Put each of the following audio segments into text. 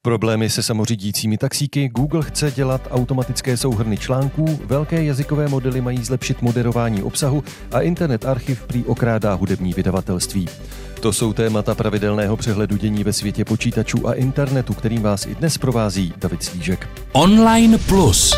Problémy se samořídícími taxíky, Google chce dělat automatické souhrny článků, velké jazykové modely mají zlepšit moderování obsahu a Internet Archiv prý okrádá hudební vydavatelství. To jsou témata pravidelného přehledu dění ve světě počítačů a internetu, kterým vás i dnes provází David Slížek. Online Plus.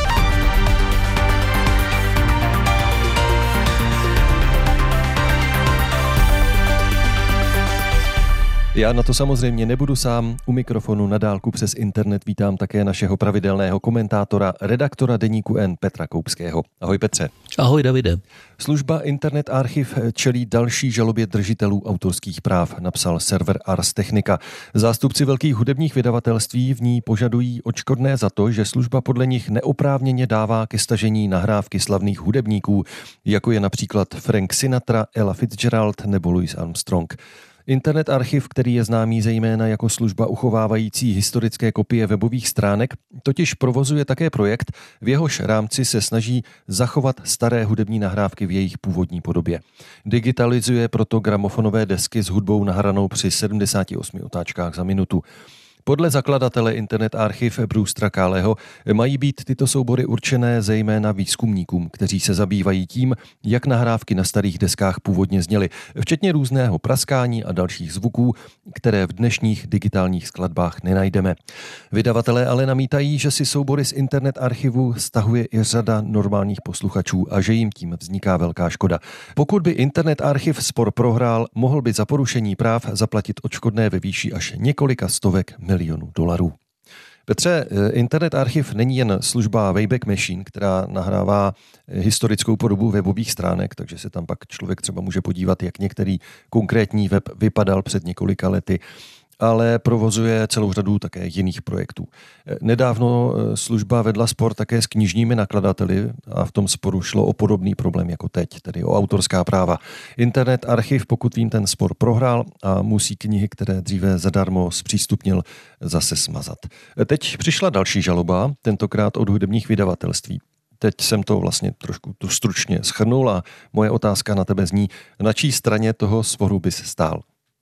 Já na to samozřejmě nebudu sám. U mikrofonu na dálku přes internet vítám také našeho pravidelného komentátora, redaktora deníku N Petra Koupského. Ahoj Petře. Ahoj Davide. Služba Internet Archiv čelí další žalobě držitelů autorských práv, napsal server Ars Technica. Zástupci velkých hudebních vydavatelství v ní požadují odškodné za to, že služba podle nich neoprávněně dává ke stažení nahrávky slavných hudebníků, jako je například Frank Sinatra, Ella Fitzgerald nebo Louis Armstrong. Internet Archiv, který je známý zejména jako služba uchovávající historické kopie webových stránek, totiž provozuje také projekt, v jehož rámci se snaží zachovat staré hudební nahrávky v jejich původní podobě. Digitalizuje proto gramofonové desky s hudbou nahranou při 78 otáčkách za minutu. Podle zakladatele Internet Archiv Brucera Cahleyho mají být tyto soubory určené zejména výzkumníkům, kteří se zabývají tím, jak nahrávky na starých deskách původně zněly, včetně různého praskání a dalších zvuků, které v dnešních digitálních skladbách nenajdeme. Vydavatelé ale namítají, že si soubory z Internet Archivu stahuje i řada normálních posluchačů a že jim tím vzniká velká škoda. Pokud by Internet Archiv spor prohrál, mohl by za porušení práv zaplatit odškodné ve výši až několika stovek milionů dolarů. Petře, Internet Archiv není jen služba Wayback Machine, která nahrává historickou podobu webových stránek, takže se tam pak člověk třeba může podívat, jak některý konkrétní web vypadal před několika lety, ale provozuje celou řadu také jiných projektů. Nedávno služba vedla spor také s knižními nakladateli a v tom sporu šlo o podobný problém jako teď, tedy o autorská práva. Internet Archiv, pokud vím, ten spor prohrál a musí knihy, které dříve zadarmo zpřístupnil, zase smazat. Teď přišla další žaloba, tentokrát od hudebních vydavatelství. Teď jsem to vlastně trošku stručně shrnul a moje otázka na tebe zní, na čí straně toho sporu bys stál?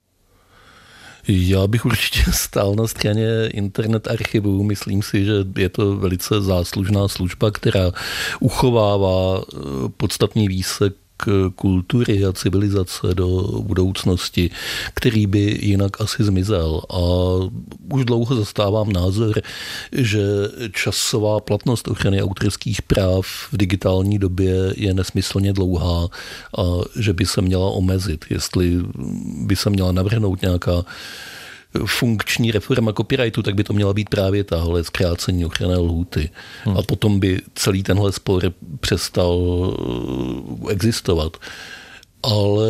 Já bych určitě stál na straně Internet Archivu. Myslím si, že je to velice záslužná služba, která uchovává podstatný výsek kultury a civilizace do budoucnosti, který by jinak asi zmizel. A už dlouho zastávám názor, že časová platnost ochrany autorských práv v digitální době je nesmyslně dlouhá a že by se měla omezit. Jestli by se měla navrhnout nějaká funkční reforma copyrightu, tak by to měla být právě tahle zkrácení ochranné lhůty. A potom by celý tenhle spor přestal existovat. Ale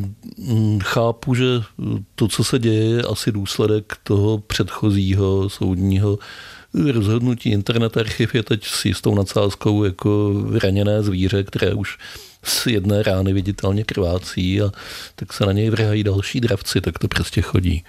chápu, že to, co se děje, je asi důsledek toho předchozího soudního rozhodnutí. Internet Archiv je teď s jistou nadsázkou jako raněné zvíře, které už z jedné rány viditelně krvácí a tak se na něj vrhají další dravci, tak to prostě chodí.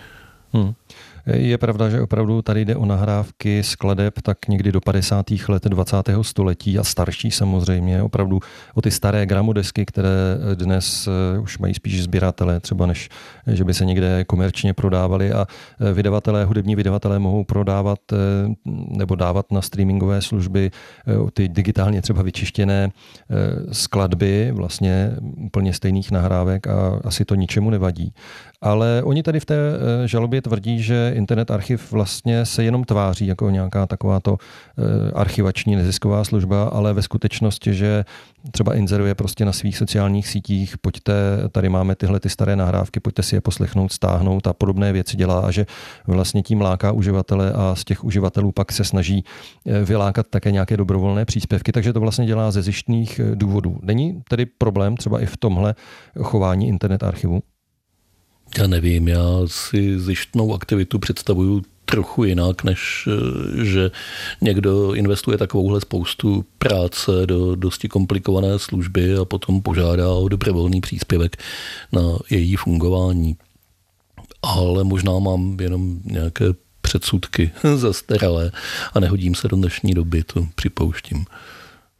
Je pravda, že opravdu tady jde o nahrávky skladeb tak někdy do 50. let 20. století a starší samozřejmě, opravdu o ty staré gramodesky, které dnes už mají spíš sběratelé, třeba než že by se někde komerčně prodávaly a hudební vydavatelé mohou prodávat nebo dávat na streamingové služby ty digitálně třeba vyčištěné skladby vlastně úplně stejných nahrávek a asi to ničemu nevadí. Ale oni tady v té žalobě tvrdí, že Internet Archiv vlastně se jenom tváří jako nějaká takováto archivační nezisková služba, ale ve skutečnosti, že třeba inzeruje prostě na svých sociálních sítích, pojďte, tady máme tyhle ty staré nahrávky, pojďte si je poslechnout, stáhnout a podobné věci dělá a že vlastně tím láká uživatele a z těch uživatelů pak se snaží vylákat také nějaké dobrovolné příspěvky, takže to vlastně dělá ze zištných důvodů. Není tedy problém třeba i v tomhle chování Internet Archivu? Já nevím, já si zištnou aktivitu představuju trochu jinak, než že někdo investuje takovouhle spoustu práce do dosti komplikované služby a potom požádá o dobrovolný příspěvek na její fungování. Ale možná mám jenom nějaké předsudky zastaralé a nehodím se do dnešní doby, to připouštím.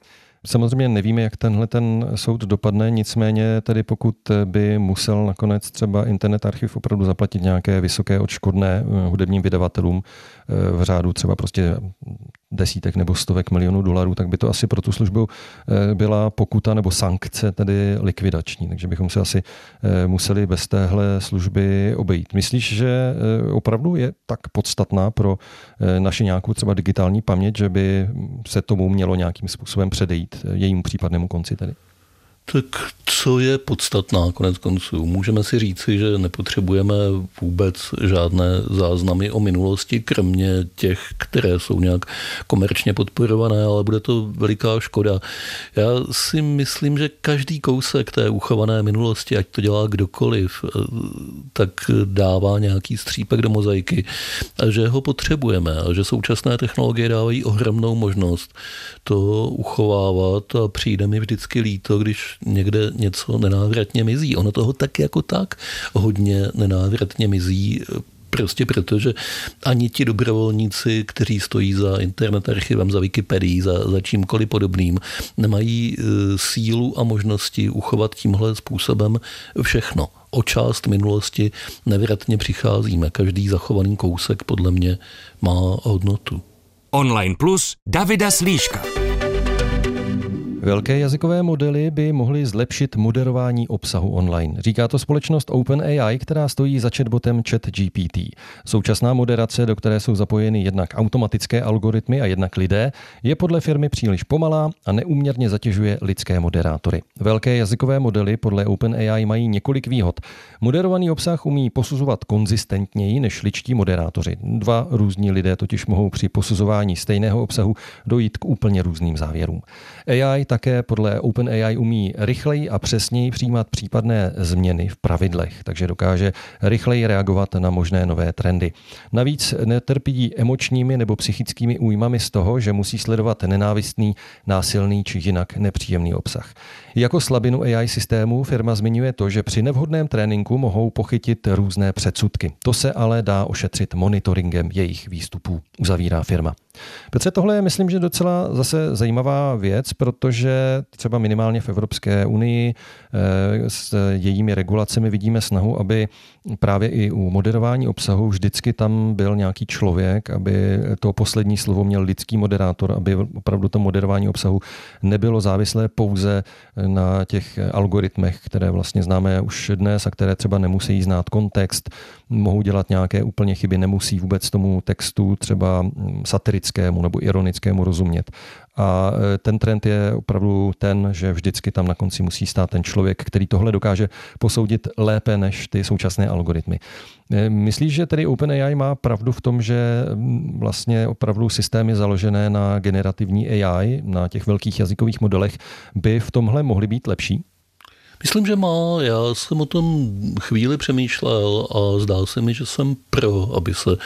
samozřejmě nevíme, jak tenhle ten soud dopadne, nicméně tedy pokud by musel nakonec třeba Internet archiv opravdu zaplatit nějaké vysoké odškodné hudebním vydavatelům v řádu třeba prostě desítek nebo stovek milionů dolarů, tak by to asi pro tu službu byla pokuta nebo sankce, tedy likvidační. Takže bychom se asi museli bez téhle služby obejít. Myslíš, že opravdu je tak podstatná pro naši nějakou třeba digitální paměť, že by se tomu mělo nějakým způsobem předejít jejímu případnému konci tedy? Tak co je podstatná konec konců? Můžeme si říci, že nepotřebujeme vůbec žádné záznamy o minulosti, kromě těch, které jsou nějak komerčně podporované, ale bude to veliká škoda. Já si myslím, že každý kousek té uchované minulosti, ať to dělá kdokoliv, tak dává nějaký střípek do mozaiky a že ho potřebujeme a že současné technologie dávají ohromnou možnost to uchovávat a přijde mi vždycky líto, když někde něco nenávratně mizí. Ono toho tak jako tak hodně nenávratně mizí, prostě protože ani ti dobrovolníci, kteří stojí za internet archivem, za Wikipedií, za čímkoliv podobným, nemají sílu a možnosti uchovat tímhle způsobem všechno. O část minulosti nevratně přicházíme. Každý zachovaný kousek podle mě má hodnotu. Online Plus Davida Slíška. Velké jazykové modely by mohly zlepšit moderování obsahu online. Říká to společnost OpenAI, která stojí za chatbotem ChatGPT. Současná moderace, do které jsou zapojeny jednak automatické algoritmy a jednak lidé, je podle firmy příliš pomalá a neúměrně zatěžuje lidské moderátory. Velké jazykové modely podle OpenAI mají několik výhod. Moderovaný obsah umí posuzovat konzistentněji než lidští moderátoři. Dva různí lidé totiž mohou při posuzování stejného obsahu dojít k úplně různým závěrům. AI také podle OpenAI umí rychleji a přesněji přijímat případné změny v pravidlech, takže dokáže rychleji reagovat na možné nové trendy. Navíc netrpí emočními nebo psychickými újmami z toho, že musí sledovat nenávistný, násilný či jinak nepříjemný obsah. Jako slabinu AI systému firma zmiňuje to, že při nevhodném tréninku mohou pochytit různé předsudky. To se ale dá ošetřit monitoringem jejich výstupů, uzavírá firma. Petře, tohle je, myslím, že docela zase zajímavá věc, protože třeba minimálně v Evropské unii s jejími regulacemi vidíme snahu, aby právě i u moderování obsahu vždycky tam byl nějaký člověk, aby to poslední slovo měl lidský moderátor, aby opravdu to moderování obsahu nebylo závislé pouze na těch algoritmech, které vlastně známe už dnes a které třeba nemusí znát kontext, mohou dělat nějaké úplně chyby, nemusí vůbec tomu textu třeba satirickému nebo ironickému rozumět. A ten trend je opravdu ten, že vždycky tam na konci musí stát ten člověk, který tohle dokáže posoudit lépe než ty současné algoritmy. Myslíš, že tedy OpenAI má pravdu v tom, že vlastně opravdu systémy založené na generativní AI, na těch velkých jazykových modelech, by v tomhle mohly být lepší? Myslím, že má. Já jsem o tom chvíli přemýšlel a zdá se mi, že jsem pro, aby se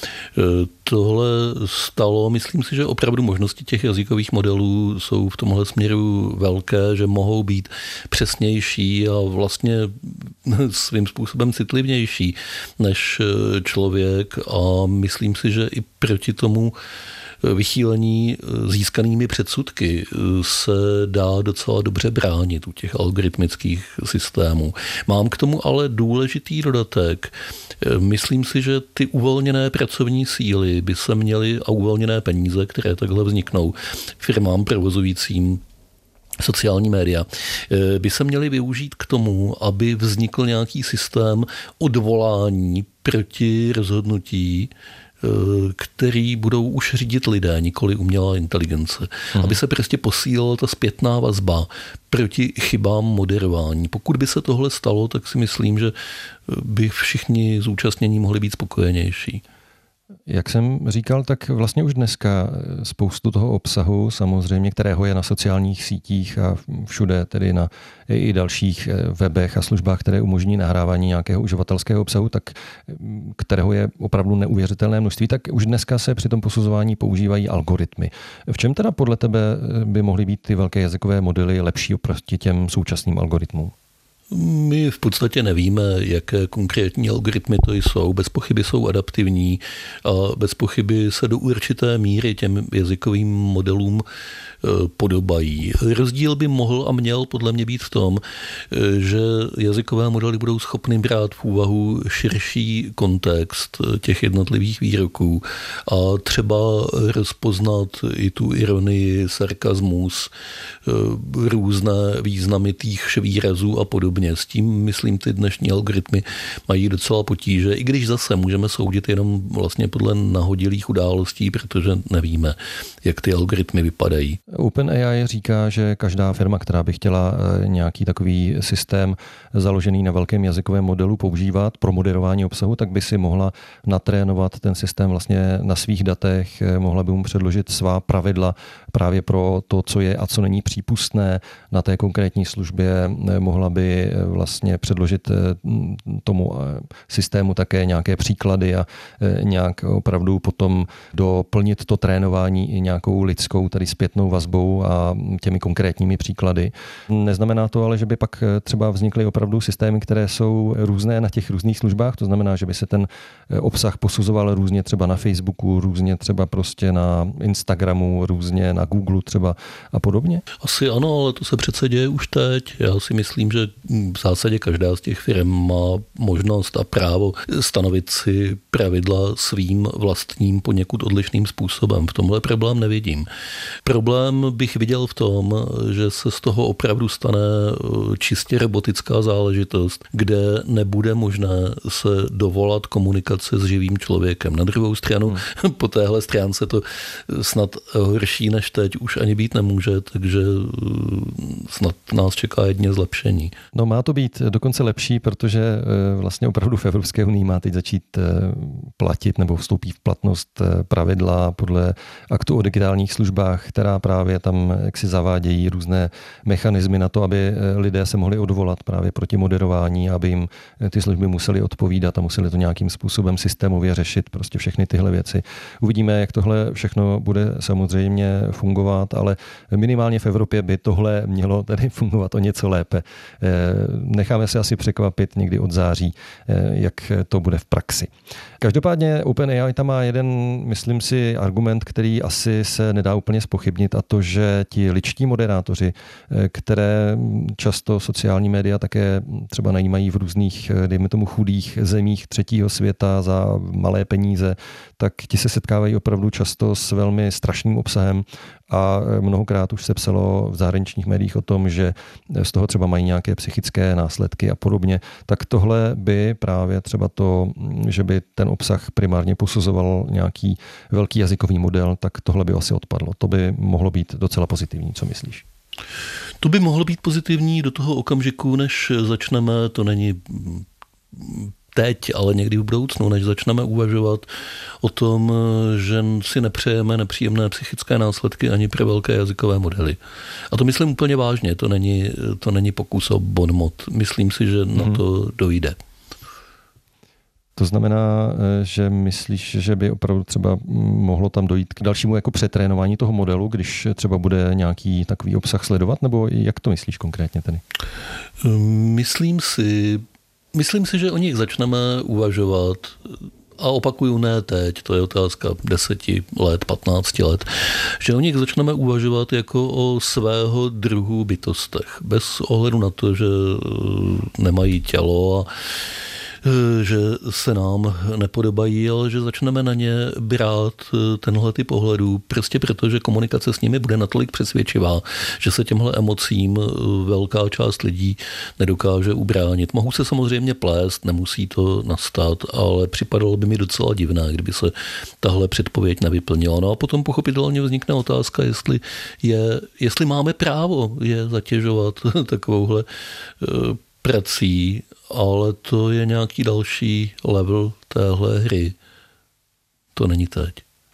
tohle stalo. Myslím si, že opravdu možnosti těch jazykových modelů jsou v tomhle směru velké, že mohou být přesnější a vlastně svým způsobem citlivnější než člověk a myslím si, že i proti tomu vychýlení získanými předsudky se dá docela dobře bránit u těch algoritmických systémů. Mám k tomu ale důležitý dodatek. Myslím si, že ty uvolněné pracovní síly by se měly a uvolněné peníze, které takhle vzniknou firmám provozujícím sociální média, by se měly využít k tomu, aby vznikl nějaký systém odvolání proti rozhodnutí, který budou už řídit lidé, nikoli umělá inteligence. Aby se prostě posílila ta zpětná vazba proti chybám moderování. Pokud by se tohle stalo, tak si myslím, že by všichni zúčastnění mohli být spokojenější. Jak jsem říkal, tak vlastně už dneska spoustu toho obsahu, samozřejmě, kterého je na sociálních sítích a všude, tedy na i dalších webech a službách, které umožní nahrávání nějakého uživatelského obsahu, tak kterého je opravdu neuvěřitelné množství, tak už dneska se při tom posuzování používají algoritmy. V čem teda podle tebe by mohly být ty velké jazykové modely lepší oproti těm současným algoritmům? My v podstatě nevíme, jaké konkrétní algoritmy to jsou. Bez pochyby jsou adaptivní a bez pochyby se do určité míry těm jazykovým modelům podobají. Rozdíl by mohl a měl podle mě být v tom, že jazykové modely budou schopny brát v úvahu širší kontext těch jednotlivých výroků a třeba rozpoznat i tu ironii, sarkazmus, různé významy týchž výrazů a podobně. S tím, myslím, ty dnešní algoritmy mají docela potíže, i když zase můžeme soudit jenom vlastně podle nahodilých událostí, protože nevíme, jak ty algoritmy vypadají. OpenAI říká, že každá firma, která by chtěla nějaký takový systém založený na velkém jazykovém modelu používat pro moderování obsahu, tak by si mohla natrénovat ten systém vlastně na svých datech, mohla by mu předložit svá pravidla právě pro to, co je a co není přípustné na té konkrétní službě, mohla by vlastně předložit tomu systému také nějaké příklady a nějak opravdu potom doplnit to trénování i nějakou lidskou tady zpětnou vazbou a těmi konkrétními příklady. Neznamená to ale, že by pak třeba vznikly opravdu systémy, které jsou různé na těch různých službách, to znamená, že by se ten obsah posuzoval různě třeba na Facebooku, různě třeba prostě na Instagramu, různě na Google třeba a podobně? Asi ano, ale to se přece děje už teď. Já si myslím, že v zásadě každá z těch firm má možnost a právo stanovit si pravidla svým vlastním poněkud odlišným způsobem. V tomhle problém nevidím. Problém bych viděl v tom, že se z toho opravdu stane čistě robotická záležitost, kde nebude možné se dovolat komunikace s živým člověkem. Na druhou stranu, po téhle stránce to snad horší než teď už ani být nemůže, takže snad nás čeká jedně zlepšení. No má to být dokonce lepší, protože vlastně opravdu v Evropské unii má teď začít platit nebo vstoupí v platnost pravidla podle aktu o digitálních službách, která právě tam jaksi zavádějí různé mechanismy na to, aby lidé se mohli odvolat právě proti moderování, aby jim ty služby museli odpovídat a museli to nějakým způsobem systémově řešit, prostě všechny tyhle věci. Uvidíme, jak tohle všechno bude samozřejmě fungovat, ale minimálně v Evropě by tohle mělo tedy fungovat o něco lépe. Necháme se asi překvapit někdy od září, jak to bude v praxi. Každopádně OpenAI tam má jeden, myslím si, argument, který asi se nedá úplně zpochybnit, a to, že ti ličtí moderátoři, které často sociální média také třeba najímají v různých, dejme tomu, chudých zemích třetího světa za malé peníze, tak ti se setkávají opravdu často s velmi strašným obsahem a mnohokrát už se psalo v zahraničních médiích o tom, že z toho třeba mají nějaké psychické následky a podobně. Tak tohle by právě třeba to, že by ten obsah primárně posuzoval nějaký velký jazykový model, tak tohle by asi odpadlo. To by mohlo být docela pozitivní. Co myslíš? To by mohlo být pozitivní do toho okamžiku, než začneme, to není teď, ale někdy v budoucnu, než začneme uvažovat o tom, že si nepřejeme nepříjemné psychické následky ani pro velké jazykové modely. A to myslím úplně vážně, to není pokus o bonmot. Myslím si, že na to dojde. To znamená, že myslíš, že by opravdu třeba mohlo tam dojít k dalšímu jako přetrénování toho modelu, když třeba bude nějaký takový obsah sledovat, nebo jak to myslíš konkrétně tedy? Myslím si, že o nich začneme uvažovat a opakuju, ne teď, to je otázka 10 let, 15 let, že o nich začneme uvažovat jako o svého druhu bytostech, bez ohledu na to, že nemají tělo a že se nám nepodobají, ale že začneme na ně brát tenhle typ pohledů, prostě proto, že komunikace s nimi bude natolik přesvědčivá, že se těmhle emocím velká část lidí nedokáže ubránit. Mohu se samozřejmě plést, nemusí to nastat, ale připadalo by mi docela divné, kdyby se tahle předpověď nevyplnila. No a potom pochopitelně vznikne otázka, jestli máme právo je zatěžovat takovouhle prací, ale to je nějaký další level téhle hry. To není teď.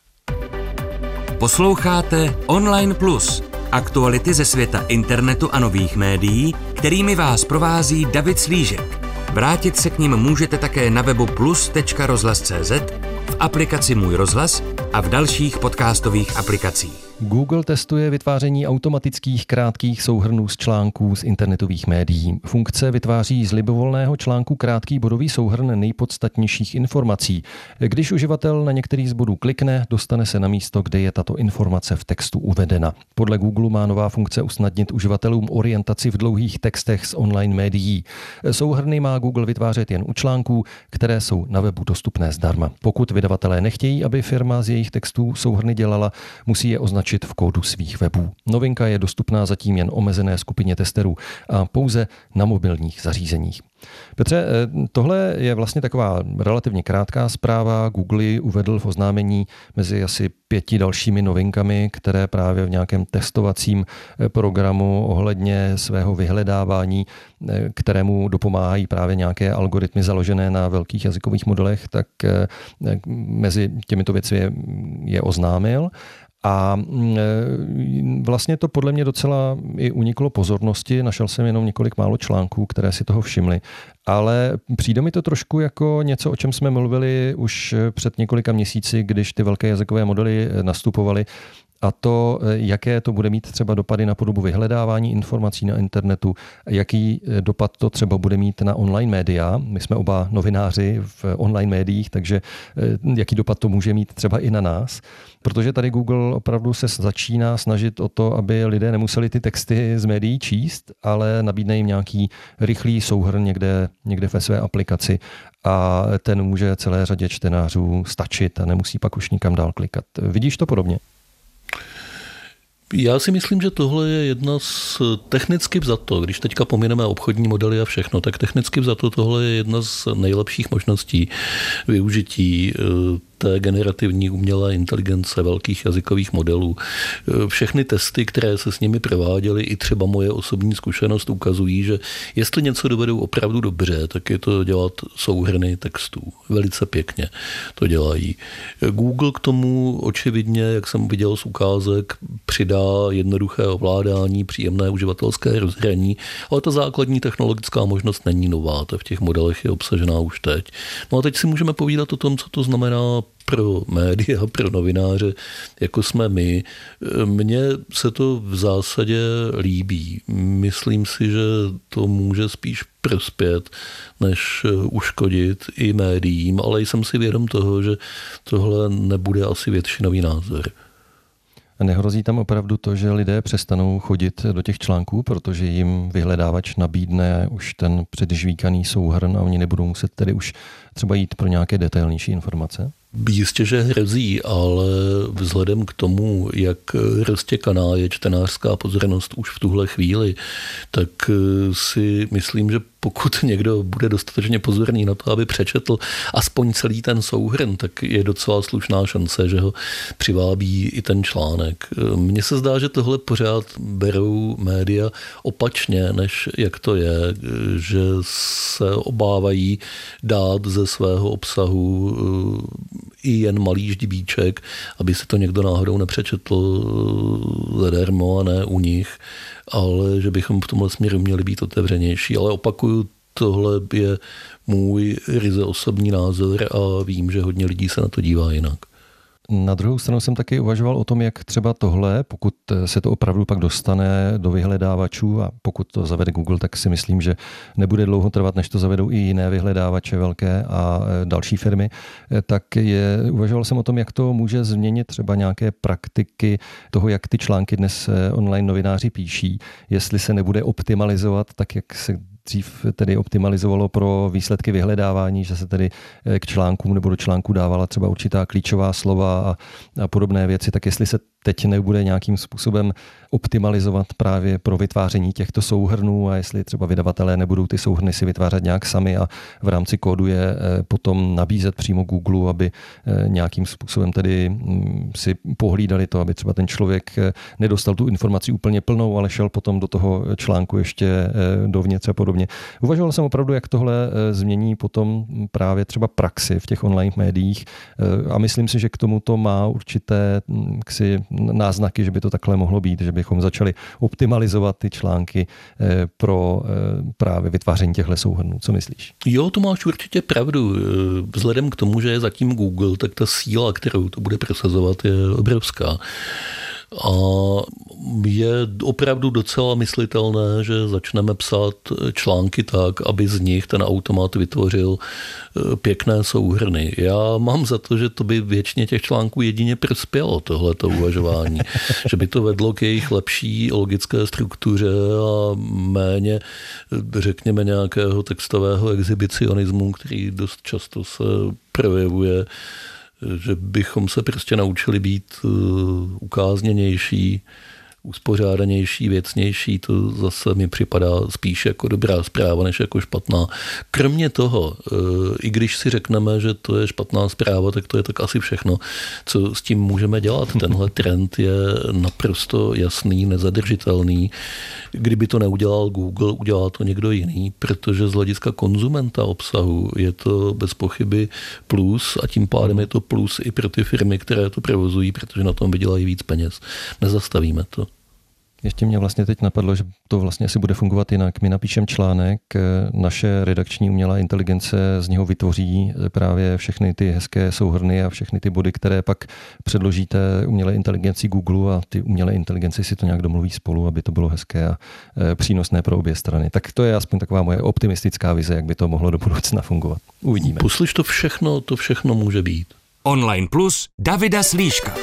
Posloucháte Online Plus, aktuality ze světa internetu a nových médií, kterými vás provází David Slížek. Vrátit se k nim můžete také na webu plus.rozhlas.cz, v aplikaci Můj rozhlas a v dalších podcastových aplikacích. Google testuje vytváření automatických krátkých souhrnů z článků z internetových médií. Funkce vytváří z libovolného článku krátký bodový souhrn nejpodstatnějších informací. Když uživatel na některý z bodů klikne, dostane se na místo, kde je tato informace v textu uvedena. Podle Google má nová funkce usnadnit uživatelům orientaci v dlouhých textech z online médií. Souhrny má Google vytvářet jen u článků, které jsou na webu dostupné zdarma. Pokud vydavatelé nechtějí, aby firma z jejich textů souhrny dělala, musí je označit v kódu svých webů. Novinka je dostupná zatím jen omezené skupině testerů a pouze na mobilních zařízeních. Petře, tohle je vlastně taková relativně krátká zpráva. Google ji uvedl v oznámení mezi asi 5 dalšími novinkami, které právě v nějakém testovacím programu ohledně svého vyhledávání, kterému dopomáhají právě nějaké algoritmy založené na velkých jazykových modelech, tak mezi těmito věci je oznámil. A vlastně to podle mě docela i uniklo pozornosti. Našel jsem jenom několik málo článků, které si toho všimly. Ale přijde mi to trošku jako něco, o čem jsme mluvili už před několika měsíci, když ty velké jazykové modely nastupovaly. A to, jaké to bude mít třeba dopady na podobu vyhledávání informací na internetu, jaký dopad to třeba bude mít na online média. My jsme oba novináři v online médiích, takže jaký dopad to může mít třeba i na nás. Protože tady Google opravdu se začíná snažit o to, aby lidé nemuseli ty texty z médií číst, ale nabídne jim nějaký rychlý souhrn někde ve své aplikaci a ten může celé řadě čtenářů stačit a nemusí pak už nikam dál klikat. Vidíš to podobně? Já si myslím, že tohle je jedna z technicky vzato, když teďka pomineme obchodní modely a všechno, tak technicky vzato tohle je jedna z nejlepších možností využití té generativní umělé inteligence velkých jazykových modelů. Všechny testy, které se s nimi prováděly, i třeba moje osobní zkušenost ukazují, že jestli něco dovedou opravdu dobře, tak je to dělat souhrny textů. Velice pěkně to dělají. Google k tomu očividně, jak jsem viděl z ukázek, přidá jednoduché ovládání, příjemné uživatelské rozhraní, ale ta základní technologická možnost není nová, ta v těch modelech je obsažená už teď. No a teď si můžeme povídat o tom, co to znamená pro média, pro novináře, jako jsme my. Mně se to v zásadě líbí. Myslím si, že to může spíš prospět, než uškodit i médiím, ale jsem si vědom toho, že tohle nebude asi většinový názor. A nehrozí tam opravdu to, že lidé přestanou chodit do těch článků, protože jim vyhledávač nabídne už ten předžvíkaný souhrn a oni nebudou muset tedy už třeba jít pro nějaké detailnější informace? Jistě, že hrozí, ale vzhledem k tomu, jak roztěkaná je čtenářská pozornost už v tuhle chvíli, tak si myslím, že pokud někdo bude dostatečně pozorný na to, aby přečetl aspoň celý ten souhrn, tak je docela slušná šance, že ho přivábí i ten článek. Mně se zdá, že tohle pořád berou média opačně, než jak to je, že se obávají dát ze svého obsahu i jen malý ždibíček, aby si to někdo náhodou nepřečetl zadarmo a ne u nich, ale že bychom v tomhle směru měli být otevřenější. Ale opakuju, tohle je můj ryze osobní názor a vím, že hodně lidí se na to dívá jinak. Na druhou stranu jsem taky uvažoval o tom, jak třeba tohle, pokud se to opravdu pak dostane do vyhledávačů a pokud to zavede Google, tak si myslím, že nebude dlouho trvat, než to zavedou i jiné vyhledávače velké a další firmy, tak uvažoval jsem o tom, jak to může změnit třeba nějaké praktiky toho, jak ty články dnes online novináři píší, jestli se nebude optimalizovat tak, jak se dřív tedy optimalizovalo pro výsledky vyhledávání, že se tedy k článkům nebo do článku dávala třeba určitá klíčová slova a podobné věci, tak jestli se teď nebude nějakým způsobem optimalizovat právě pro vytváření těchto souhrnů a jestli třeba vydavatelé nebudou ty souhrny si vytvářet nějak sami a v rámci kódu je potom nabízet přímo Google, aby nějakým způsobem tedy si pohlídali to, aby třeba ten člověk nedostal tu informaci úplně plnou, ale šel potom do toho článku ještě dovnitř a podobně. Uvažoval jsem opravdu, jak tohle změní potom právě třeba praxi v těch online médiích a myslím si, že k tomu to má určité náznaky, že by to takhle mohlo být, že bychom začali optimalizovat ty články pro právě vytváření těchto souhrnů. Co myslíš? Jo, to máš určitě pravdu. Vzhledem k tomu, že je zatím Google, tak ta síla, kterou to bude prosazovat, je obrovská. A je opravdu docela myslitelné, že začneme psát články tak, aby z nich ten automat vytvořil pěkné souhrny. Já mám za to, že to by většině těch článků jedině prospělo, tohleto uvažování. Že by to vedlo k jejich lepší logické struktuře a méně, řekněme, nějakého textového exhibicionismu, který dost často se projevuje, že bychom se prostě naučili být ukázněnější, uspořádanější, věcnější, to zase mi připadá spíš jako dobrá zpráva, než jako špatná. Kromě toho, i když si řekneme, že to je špatná zpráva, tak to je tak asi všechno, co s tím můžeme dělat. Tenhle trend je naprosto jasný, nezadržitelný. Kdyby to neudělal Google, udělá to někdo jiný, protože z hlediska konzumenta obsahu je to bez pochyby plus a tím pádem je to plus i pro ty firmy, které to provozují, protože na tom vydělají víc peněz. Nezastavíme to. Ještě mě vlastně teď napadlo, že to vlastně asi bude fungovat jinak. My napíšeme článek, naše redakční umělá inteligence z něho vytvoří právě všechny ty hezké souhrny a všechny ty body, které pak předložíte umělé inteligenci Google a ty umělé inteligenci si to nějak domluví spolu, aby to bylo hezké a přínosné pro obě strany. Tak to je aspoň taková moje optimistická vize, jak by to mohlo do budoucna fungovat. Uvidíme. Poslyš, to všechno může být. Online Plus Davida Slížka.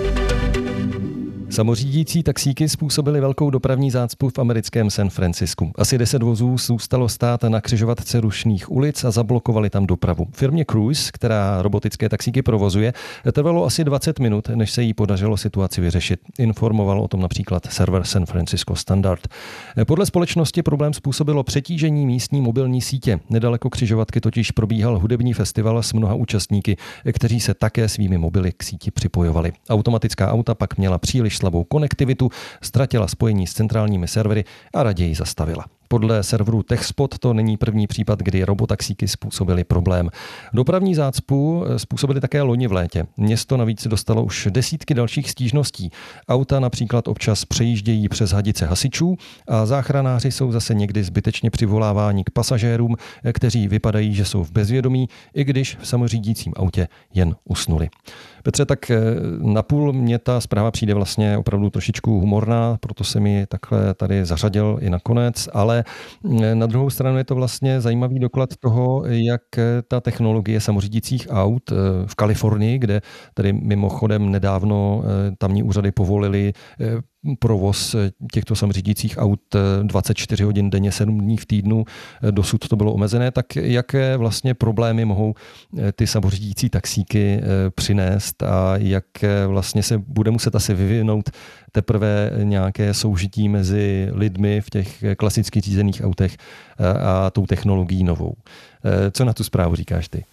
Samořídící taxíky způsobily velkou dopravní zácpu v americkém San Francisku. Asi 10 vozů zůstalo stát na křižovatce rušných ulic a zablokovali tam dopravu. Firmě Cruise, která robotické taxíky provozuje, trvalo asi 20 minut, než se jí podařilo situaci vyřešit. Informoval o tom například server San Francisco Standard. Podle společnosti problém způsobilo přetížení místní mobilní sítě. Nedaleko křižovatky totiž probíhal hudební festival s mnoha účastníky, kteří se také svými mobily k síti připojovali. Automatická auta pak měla příliš slabou konektivitu, ztratila spojení s centrálními servery a raději zastavila. Podle serveru TechSpot to není první případ, kdy robotaxíky způsobily problém. Dopravní zácpu způsobily také loni v létě. Město navíc dostalo už desítky dalších stížností. Auta například občas přejíždějí přes hadice hasičů a záchranáři jsou zase někdy zbytečně přivoláváni k pasažérům, kteří vypadají, že jsou v bezvědomí, i když v samořídícím autě jen usnuli. Petře, tak napůl mě ta zpráva přijde vlastně opravdu trošičku humorná, proto jsem ji takhle tady zařadil i nakonec, ale na druhou stranu je to vlastně zajímavý doklad toho, jak ta technologie samořídících aut v Kalifornii, kde tady mimochodem nedávno tamní úřady povolili provoz těchto samořídících aut 24 hodin denně, 7 dní v týdnu, dosud to bylo omezené, tak jaké vlastně problémy mohou ty samořídící taxíky přinést a jak vlastně se bude muset asi vyvinout teprve nějaké soužití mezi lidmi v těch klasicky řízených autech a tou technologií novou. Co na tu zprávu říkáš ty?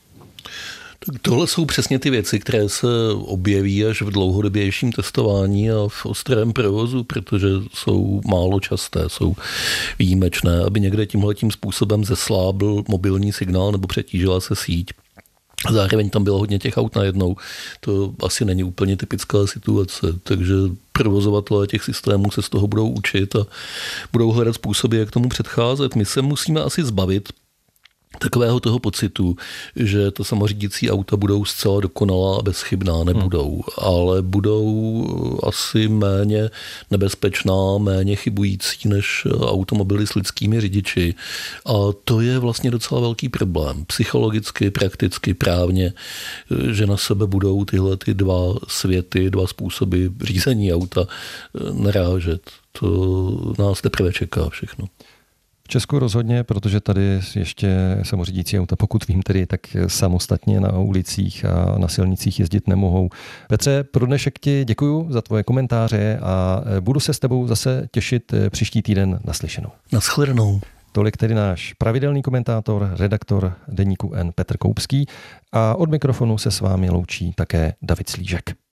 Tak tohle jsou přesně ty věci, které se objeví až v dlouhodobějším testování a v ostrém provozu, protože jsou málo časté, jsou výjimečné, aby někde tímhletím způsobem zeslábl mobilní signál nebo přetížila se síť. Zároveň tam bylo hodně těch aut najednou. To asi není úplně typická situace, takže provozovatelé těch systémů se z toho budou učit a budou hledat způsoby, jak tomu předcházet. My se musíme asi zbavit takového toho pocitu, že to samořídící auta budou zcela dokonalá a bezchybná, nebudou, ale budou asi méně nebezpečná, méně chybující než automobily s lidskými řidiči. A to je vlastně docela velký problém. Psychologicky, prakticky, právně, že na sebe budou tyhle ty dva světy, dva způsoby řízení auta narážet. To nás teprve čeká všechno. V Česku rozhodně, protože tady ještě samořídící auta, pokud vím tedy, tak samostatně na ulicích a na silnicích jezdit nemohou. Petře, pro dnešek ti děkuju za tvoje komentáře a budu se s tebou zase těšit příští týden naslyšenou. Naschledanou. Tolik tedy náš pravidelný komentátor, redaktor Deníku N Petr Koupský a od mikrofonu se s vámi loučí také David Slížek.